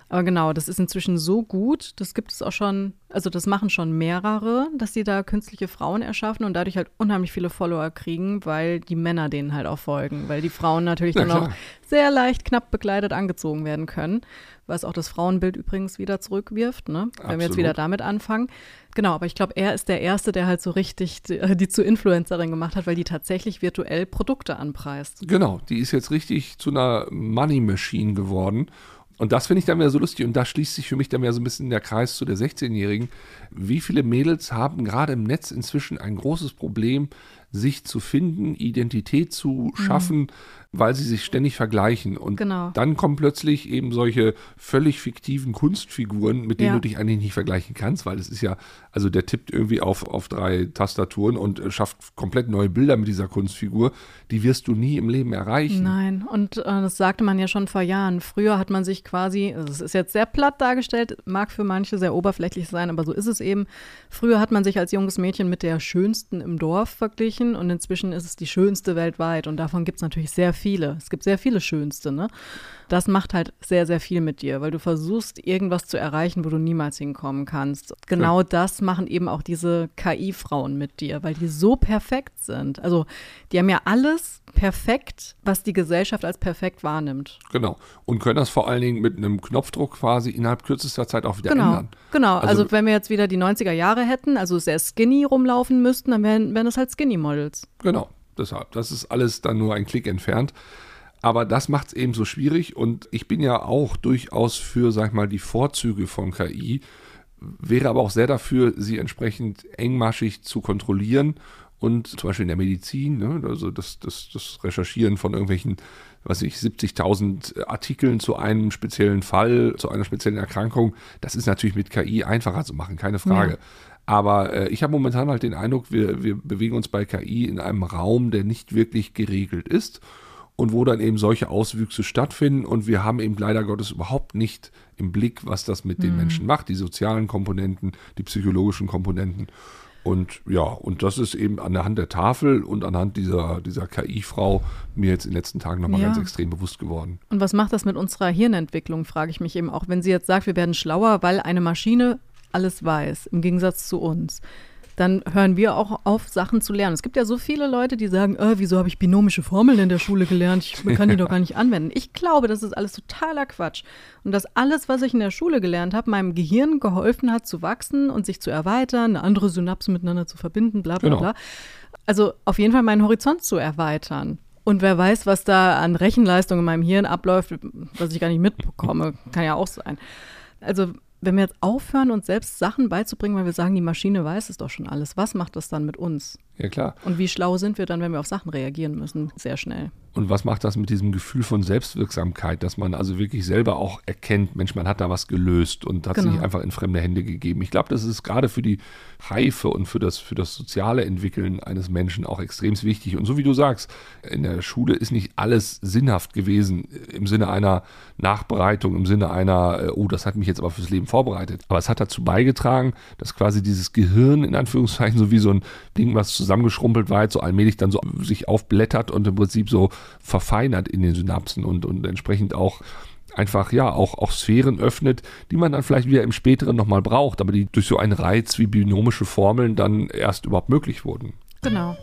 S3: Aber genau, das ist inzwischen so gut, das gibt es auch schon, also das machen schon mehrere, dass sie da künstliche Frauen erschaffen und dadurch halt unheimlich viele Follower kriegen, weil die Männer denen halt auch folgen, weil die Frauen natürlich
S2: Na
S3: dann
S2: klar.
S3: auch sehr leicht knapp bekleidet angezogen werden können, was auch das Frauenbild übrigens wieder zurückwirft, ne? Wenn wir jetzt
S2: Absolut.
S3: wieder damit anfangen. Genau, aber ich glaube, er ist der Erste, der halt so richtig die, die zu Influencerin gemacht hat, weil die tatsächlich virtuell Produkte anpreist.
S2: Genau, die ist jetzt richtig zu einer Money Machine geworden. Und das finde ich dann wieder so lustig. Und da schließt sich für mich dann wieder so ein bisschen der Kreis zu der sechzehnjährigen. Wie viele Mädels haben gerade im Netz inzwischen ein großes Problem, sich zu finden, Identität zu schaffen, mhm. weil sie sich ständig vergleichen. Und
S3: Genau.
S2: dann kommen plötzlich eben solche völlig fiktiven Kunstfiguren, mit denen
S3: Ja.
S2: du dich eigentlich nicht vergleichen kannst, weil es ist ja, also der tippt irgendwie auf, auf drei Tastaturen und äh, schafft komplett neue Bilder mit dieser Kunstfigur. Die wirst du nie im Leben erreichen.
S3: Nein, und äh, das sagte man ja schon vor Jahren. Früher hat man sich quasi, also es ist jetzt sehr platt dargestellt, mag für manche sehr oberflächlich sein, aber so ist es eben. Früher hat man sich als junges Mädchen mit der Schönsten im Dorf verglichen und inzwischen ist es die Schönste weltweit und davon gibt es natürlich sehr viele. Es gibt sehr viele Schönste, ne? Das macht halt sehr, sehr viel mit dir, weil du versuchst, irgendwas zu erreichen, wo du niemals hinkommen kannst. Genau ja. Das machen eben auch diese K I-Frauen mit dir, weil die so perfekt sind. Also die haben ja alles perfekt, was die Gesellschaft als perfekt wahrnimmt.
S2: Genau. Und können das vor allen Dingen mit einem Knopfdruck quasi innerhalb kürzester Zeit auch wieder
S3: genau.
S2: ändern.
S3: Genau, also,
S2: Also
S3: wenn wir jetzt wieder die neunziger Jahre hätten, also sehr skinny rumlaufen müssten, dann wären, wären das halt Skinny-Models.
S2: Genau, deshalb. Das ist alles dann nur ein Klick entfernt. Aber das macht es eben so schwierig und ich bin ja auch durchaus für, sag ich mal, die Vorzüge von K I, wäre aber auch sehr dafür, sie entsprechend engmaschig zu kontrollieren und zum Beispiel in der Medizin, ne, also das, das, das Recherchieren von irgendwelchen, was weiß ich, siebzigtausend Artikeln zu einem speziellen Fall, zu einer speziellen Erkrankung, das ist natürlich mit K I einfacher zu machen, keine Frage. Ja. Aber äh, ich habe momentan halt den Eindruck, wir, wir bewegen uns bei K I in einem Raum, der nicht wirklich geregelt ist. Und wo dann eben solche Auswüchse stattfinden und wir haben eben leider Gottes überhaupt nicht im Blick, was das mit den
S3: Mhm.
S2: Menschen macht, die sozialen Komponenten, die psychologischen Komponenten. Und ja, und das ist eben an der Hand der Tafel und anhand dieser, dieser K I-Frau mir jetzt in den letzten Tagen nochmal
S3: Ja.
S2: ganz extrem bewusst geworden.
S3: Und was macht das mit unserer Hirnentwicklung, frage ich mich eben auch. Wenn sie jetzt sagt, wir werden schlauer, weil eine Maschine alles weiß, im Gegensatz zu uns, dann hören wir auch auf, Sachen zu lernen. Es gibt ja so viele Leute, die sagen, äh, wieso habe ich binomische Formeln in der Schule gelernt? Ich kann die doch gar nicht anwenden. Ich glaube, das ist alles totaler Quatsch. Und dass alles, was ich in der Schule gelernt habe, meinem Gehirn geholfen hat zu wachsen und sich zu erweitern, eine andere Synapse miteinander zu verbinden, bla bla
S2: Genau.
S3: bla. Also auf jeden Fall meinen Horizont zu erweitern. Und wer weiß, was da an Rechenleistung in meinem Hirn abläuft, was ich gar nicht mitbekomme, kann ja auch sein. Also wenn wir jetzt aufhören, uns selbst Sachen beizubringen, weil wir sagen, die Maschine weiß es doch schon alles, was macht das dann mit uns?
S2: Ja, klar.
S3: Und wie schlau sind wir dann, wenn wir auf Sachen reagieren müssen? Sehr schnell.
S2: Und was macht das mit diesem Gefühl von Selbstwirksamkeit, dass man also wirklich selber auch erkennt, Mensch, man hat da was gelöst und hat es
S3: Genau.
S2: nicht einfach in fremde Hände gegeben. Ich glaube, das ist gerade für die Reife und für das, für das soziale Entwickeln eines Menschen auch extrem wichtig. Und so wie du sagst, in der Schule ist nicht alles sinnhaft gewesen im Sinne einer Nachbereitung, im Sinne einer, oh, das hat mich jetzt aber fürs Leben vorbereitet. Aber es hat dazu beigetragen, dass quasi dieses Gehirn in Anführungszeichen so wie so ein Ding, was zusammengeschrumpelt war, jetzt so allmählich dann so sich aufblättert und im Prinzip so verfeinert in den Synapsen und, und entsprechend auch einfach, ja, auch, auch Sphären öffnet, die man dann vielleicht wieder im Späteren nochmal braucht, aber die durch so einen Reiz wie binomische Formeln dann erst überhaupt möglich wurden.
S3: Genau.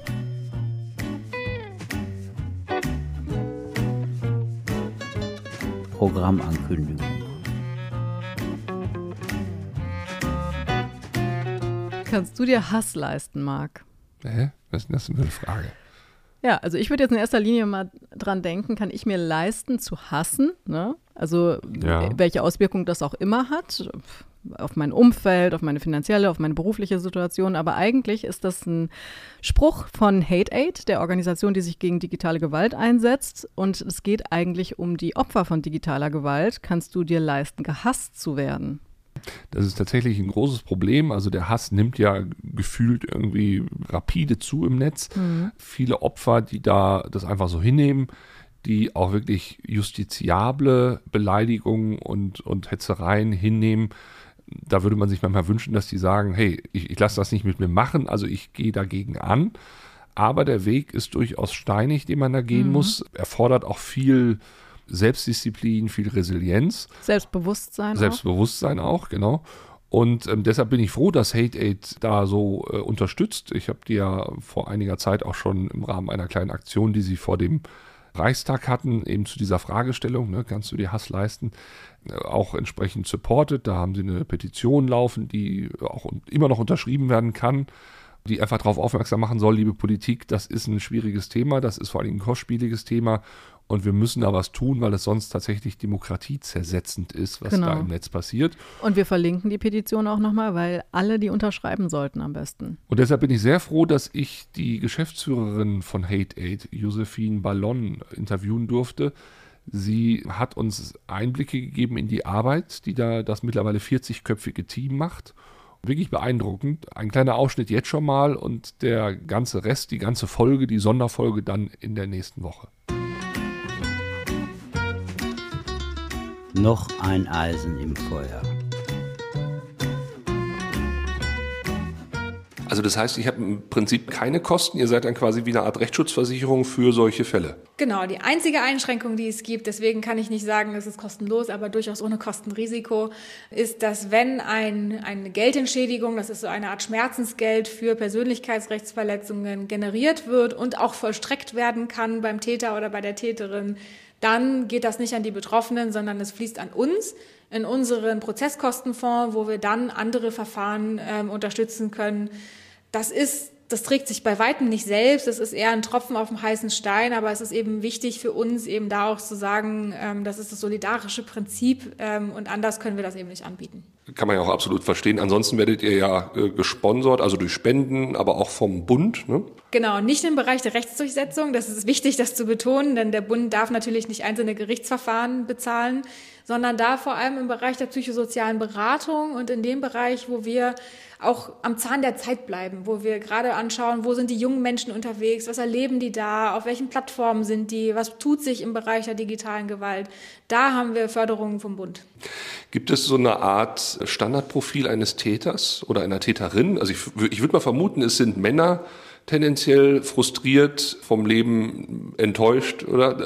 S1: Programmankündigung.
S3: Kannst du dir Hass leisten, Marc?
S2: Hä? Was ist denn das denn für eine Frage?
S3: Ja, also ich würde jetzt in erster Linie mal dran denken, kann ich mir leisten zu hassen, ne? Also
S2: Ja.
S3: welche Auswirkungen das auch immer hat, auf mein Umfeld, auf meine finanzielle, auf meine berufliche Situation. Aber eigentlich ist das ein Spruch von Hate Aid, der Organisation, die sich gegen digitale Gewalt einsetzt. Und es geht eigentlich um die Opfer von digitaler Gewalt. Kannst du dir leisten, gehasst zu werden?
S2: Das ist tatsächlich ein großes Problem. Also der Hass nimmt ja gefühlt irgendwie rapide zu im Netz.
S3: Mhm.
S2: Viele Opfer, die da das einfach so hinnehmen, die auch wirklich justiziable Beleidigungen und, und Hetzereien hinnehmen. Da würde man sich manchmal wünschen, dass die sagen, hey, ich, ich lasse das nicht mit mir machen, also ich gehe dagegen an. Aber der Weg ist durchaus steinig, den man da gehen
S3: Mhm.
S2: muss. Erfordert auch viel Selbstdisziplin, viel Resilienz.
S3: Selbstbewusstsein
S2: Selbstbewusstsein auch, auch genau. Und ähm, deshalb bin ich froh, dass Hate-Aid da so äh, unterstützt. Ich habe die ja vor einiger Zeit auch schon im Rahmen einer kleinen Aktion, die sie vor dem Reichstag hatten, eben zu dieser Fragestellung, ne, kannst du dir Hass leisten, äh, auch entsprechend supported. Da haben sie eine Petition laufen, die auch immer noch unterschrieben werden kann, die einfach darauf aufmerksam machen soll, liebe Politik, das ist ein schwieriges Thema, das ist vor allem ein kostspieliges Thema und wir müssen da was tun, weil es sonst tatsächlich demokratiezersetzend ist, was
S3: genau.
S2: da im Netz passiert.
S3: Und wir verlinken die Petition auch nochmal, weil alle die unterschreiben sollten am besten.
S2: Und deshalb bin ich sehr froh, dass ich die Geschäftsführerin von Hate-Aid, Josephine Ballon, interviewen durfte. Sie hat uns Einblicke gegeben in die Arbeit, die da das mittlerweile vierzigköpfige Team macht. Wirklich beeindruckend. Ein kleiner Ausschnitt jetzt schon mal und der ganze Rest, die ganze Folge, die Sonderfolge dann in der nächsten Woche.
S1: Noch ein Eisen im Feuer.
S2: Also das heißt, ich habe im Prinzip keine Kosten. Ihr seid dann quasi wie eine Art Rechtsschutzversicherung für solche Fälle.
S4: Genau, die einzige Einschränkung, die es gibt, deswegen kann ich nicht sagen, es ist kostenlos, aber durchaus ohne Kostenrisiko, ist, dass wenn ein, eine Geldentschädigung, das ist so eine Art Schmerzensgeld für Persönlichkeitsrechtsverletzungen generiert wird und auch vollstreckt werden kann beim Täter oder bei der Täterin, dann geht das nicht an die Betroffenen, sondern es fließt an uns in unseren Prozesskostenfonds, wo wir dann andere Verfahren ähm, unterstützen können. Das ist, das trägt sich bei weitem nicht selbst, das ist eher ein Tropfen auf dem heißen Stein, aber es ist eben wichtig für uns, eben da auch zu sagen, ähm, das ist das solidarische Prinzip ähm, und anders können wir das eben nicht anbieten.
S2: Kann man ja auch absolut verstehen. Ansonsten werdet ihr ja äh, gesponsert, also durch Spenden, aber auch vom Bund, ne?
S4: Genau, nicht im Bereich der Rechtsdurchsetzung, das ist wichtig, das zu betonen, denn der Bund darf natürlich nicht einzelne Gerichtsverfahren bezahlen, sondern da vor allem im Bereich der psychosozialen Beratung und in dem Bereich, wo wir auch am Zahn der Zeit bleiben, wo wir gerade anschauen, wo sind die jungen Menschen unterwegs, was erleben die da, auf welchen Plattformen sind die, was tut sich im Bereich der digitalen Gewalt. Da haben wir Förderungen vom Bund.
S2: Gibt es so eine Art Standardprofil eines Täters oder einer Täterin? Also ich, ich würde mal vermuten, es sind Männer, tendenziell frustriert, vom Leben enttäuscht, oder?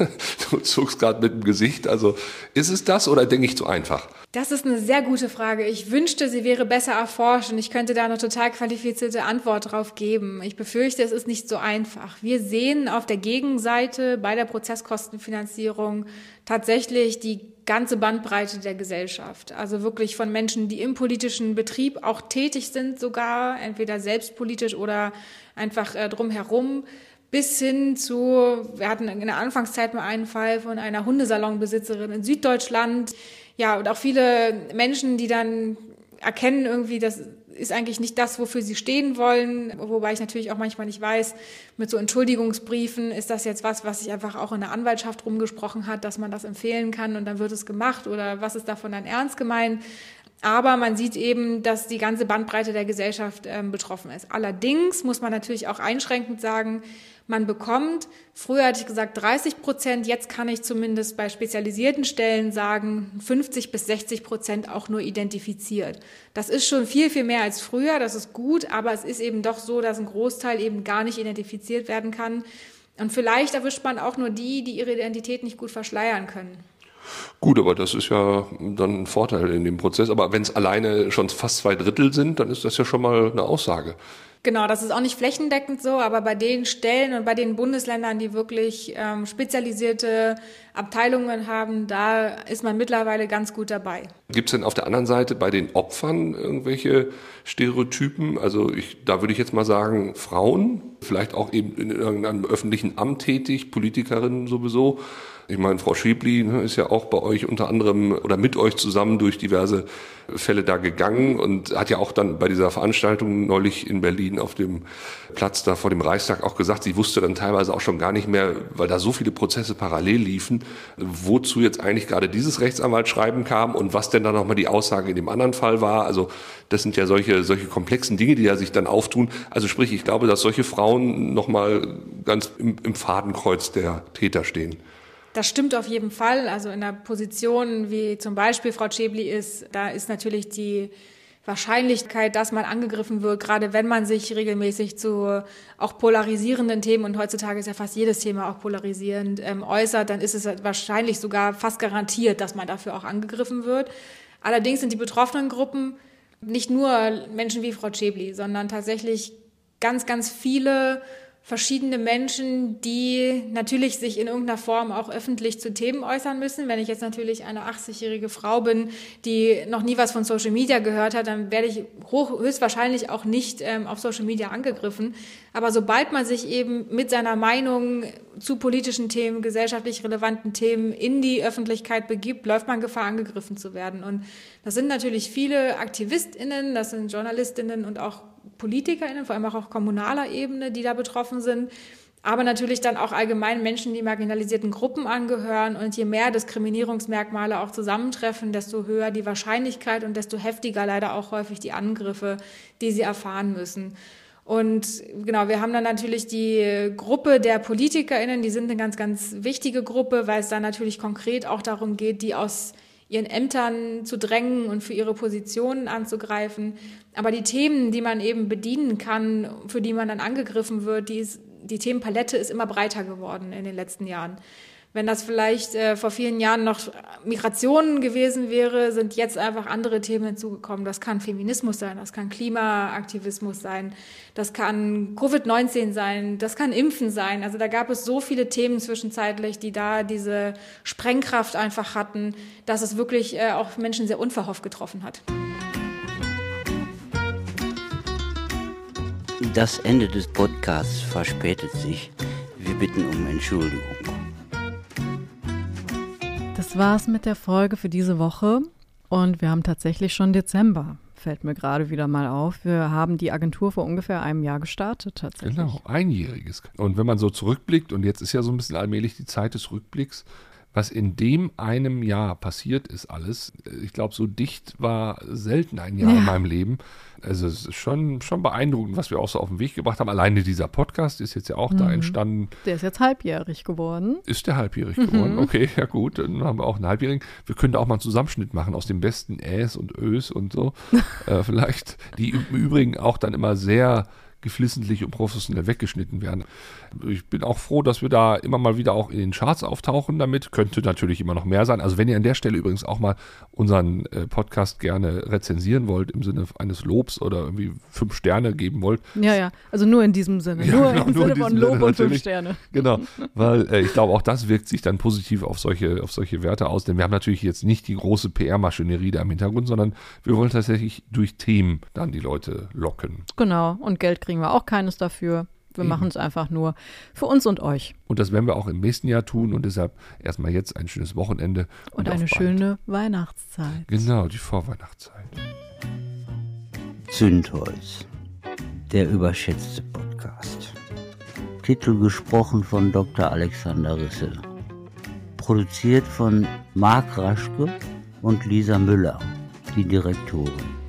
S2: Du zuckst gerade mit dem Gesicht. Also ist es das oder denke ich zu einfach?
S4: Das ist eine sehr gute Frage. Ich wünschte, sie wäre besser erforscht und ich könnte da eine total qualifizierte Antwort drauf geben. Ich befürchte, es ist nicht so einfach. Wir sehen auf der Gegenseite bei der Prozesskostenfinanzierung tatsächlich die ganze Bandbreite der Gesellschaft. Also wirklich von Menschen, die im politischen Betrieb auch tätig sind, sogar entweder selbstpolitisch oder einfach äh, drumherum, bis hin zu, wir hatten in der Anfangszeit mal einen Fall von einer Hundesalonbesitzerin in Süddeutschland. Ja, und auch viele Menschen, die dann erkennen irgendwie, das ist eigentlich nicht das, wofür sie stehen wollen. Wobei ich natürlich auch manchmal nicht weiß, mit so Entschuldigungsbriefen, ist das jetzt was, was sich einfach auch in der Anwaltschaft rumgesprochen hat, dass man das empfehlen kann und dann wird es gemacht oder was ist davon dann ernst gemeint? Aber man sieht eben, dass die ganze Bandbreite der Gesellschaft ähm, betroffen ist. Allerdings muss man natürlich auch einschränkend sagen, man bekommt, früher hatte ich gesagt dreißig Prozent, jetzt kann ich zumindest bei spezialisierten Stellen sagen, fünfzig bis sechzig Prozent auch nur identifiziert. Das ist schon viel, viel mehr als früher, das ist gut, aber es ist eben doch so, dass ein Großteil eben gar nicht identifiziert werden kann. Und vielleicht erwischt man auch nur die, die ihre Identität nicht gut verschleiern können.
S2: Gut, aber das ist ja dann ein Vorteil in dem Prozess. Aber wenn es alleine schon fast zwei Drittel sind, dann ist das ja schon mal eine Aussage.
S4: Genau, das ist auch nicht flächendeckend so, aber bei den Stellen und bei den Bundesländern, die wirklich ähm, spezialisierte Abteilungen haben, da ist man mittlerweile ganz gut dabei.
S2: Gibt es denn auf der anderen Seite bei den Opfern irgendwelche Stereotypen? Also ich, da würde ich jetzt mal sagen, Frauen, vielleicht auch eben in irgendeinem öffentlichen Amt tätig, Politikerinnen sowieso. Ich meine, Frau Schäbli, ne, ist ja auch bei euch unter anderem oder mit euch zusammen durch diverse Fälle da gegangen und hat ja auch dann bei dieser Veranstaltung neulich in Berlin auf dem Platz da vor dem Reichstag auch gesagt, sie wusste dann teilweise auch schon gar nicht mehr, weil da so viele Prozesse parallel liefen, wozu jetzt eigentlich gerade dieses Rechtsanwaltsschreiben kam und was denn dann nochmal die Aussage in dem anderen Fall war. Also das sind ja solche solche komplexen Dinge, die ja sich dann auftun. Also sprich, ich glaube, dass solche Frauen nochmal ganz im, im Fadenkreuz der Täter stehen.
S4: Das stimmt auf jeden Fall. Also in einer Position, wie zum Beispiel Frau Schäbli ist, da ist natürlich die Wahrscheinlichkeit, dass man angegriffen wird, gerade wenn man sich regelmäßig zu auch polarisierenden Themen, und heutzutage ist ja fast jedes Thema auch polarisierend, ähm, äußert, dann ist es wahrscheinlich sogar fast garantiert, dass man dafür auch angegriffen wird. Allerdings sind die betroffenen Gruppen nicht nur Menschen wie Frau Schäbli, sondern tatsächlich ganz, ganz viele verschiedene Menschen, die natürlich sich in irgendeiner Form auch öffentlich zu Themen äußern müssen. Wenn ich jetzt natürlich eine achtzigjährige Frau bin, die noch nie was von Social Media gehört hat, dann werde ich hoch, höchstwahrscheinlich auch nicht ähm, auf Social Media angegriffen. Aber sobald man sich eben mit seiner Meinung zu politischen Themen, gesellschaftlich relevanten Themen in die Öffentlichkeit begibt, läuft man Gefahr, angegriffen zu werden. Und das sind natürlich viele AktivistInnen, das sind JournalistInnen und auch PolitikerInnen, vor allem auch auf kommunaler Ebene, die da betroffen sind, aber natürlich dann auch allgemein Menschen, die marginalisierten Gruppen angehören. Und je mehr Diskriminierungsmerkmale auch zusammentreffen, desto höher die Wahrscheinlichkeit und desto heftiger leider auch häufig die Angriffe, die sie erfahren müssen. Und genau, wir haben dann natürlich die Gruppe der PolitikerInnen, die sind eine ganz, ganz wichtige Gruppe, weil es dann natürlich konkret auch darum geht, die aus ihren Ämtern zu drängen und für ihre Positionen anzugreifen. Aber die Themen, die man eben bedienen kann, für die man dann angegriffen wird, die, ist, die Themenpalette ist immer breiter geworden in den letzten Jahren. Wenn das vielleicht äh, vor vielen Jahren noch Migration gewesen wäre, sind jetzt einfach andere Themen hinzugekommen. Das kann Feminismus sein, das kann Klimaaktivismus sein, das kann Covid neunzehn sein, das kann Impfen sein. Also da gab es so viele Themen zwischenzeitlich, die da diese Sprengkraft einfach hatten, dass es wirklich äh, auch Menschen sehr unverhofft getroffen hat.
S1: Das Ende des Podcasts verspätet sich. Wir bitten um Entschuldigung.
S3: Das war's mit der Folge für diese Woche und wir haben tatsächlich schon Dezember, fällt mir gerade wieder mal auf. Wir haben die Agentur vor ungefähr einem Jahr gestartet tatsächlich.
S2: Genau, einjähriges. Und wenn man so zurückblickt, und jetzt ist ja so ein bisschen allmählich die Zeit des Rückblicks, was in dem einem Jahr passiert ist alles, ich glaube, so dicht war selten ein Jahr ja. in meinem Leben. Also es ist schon, schon beeindruckend, was wir auch so auf den Weg gebracht haben. Alleine dieser Podcast ist jetzt ja auch mhm. da entstanden.
S3: Der ist jetzt halbjährig geworden.
S2: Ist der halbjährig mhm. geworden? Okay, ja gut, dann haben wir auch einen halbjährigen. Wir können da auch mal einen Zusammenschnitt machen aus den besten Äs und Ös und so. äh, vielleicht, die im Übrigen auch dann immer sehr geflissentlich und professionell weggeschnitten werden. Ich bin auch froh, dass wir da immer mal wieder auch in den Charts auftauchen damit. Könnte natürlich immer noch mehr sein. Also wenn ihr an der Stelle übrigens auch mal unseren äh, Podcast gerne rezensieren wollt, im Sinne eines Lobs oder irgendwie fünf Sterne geben wollt.
S3: Ja, ja, also nur in diesem Sinne. Ja, nur genau, im nur Sinne von Lob Sinne, und fünf Sterne.
S2: Genau, weil äh, ich glaube, auch das wirkt sich dann positiv auf solche, auf solche Werte aus. Denn wir haben natürlich jetzt nicht die große P R-Maschinerie da im Hintergrund, sondern wir wollen tatsächlich durch Themen dann die Leute locken.
S3: Genau, und Geld kriegen wir auch keines dafür. Wir mhm. machen es einfach nur für uns und euch.
S2: Und das werden wir auch im nächsten Jahr tun und deshalb erstmal jetzt ein schönes Wochenende.
S3: Und, und eine schöne Weihnachtszeit.
S2: Genau, die Vorweihnachtszeit.
S1: Zündholz, der überschätzte Podcast. Titel gesprochen von Doktor Alexander Risse. Produziert von Marc Raschke und Lisa Müller, die Direktorin.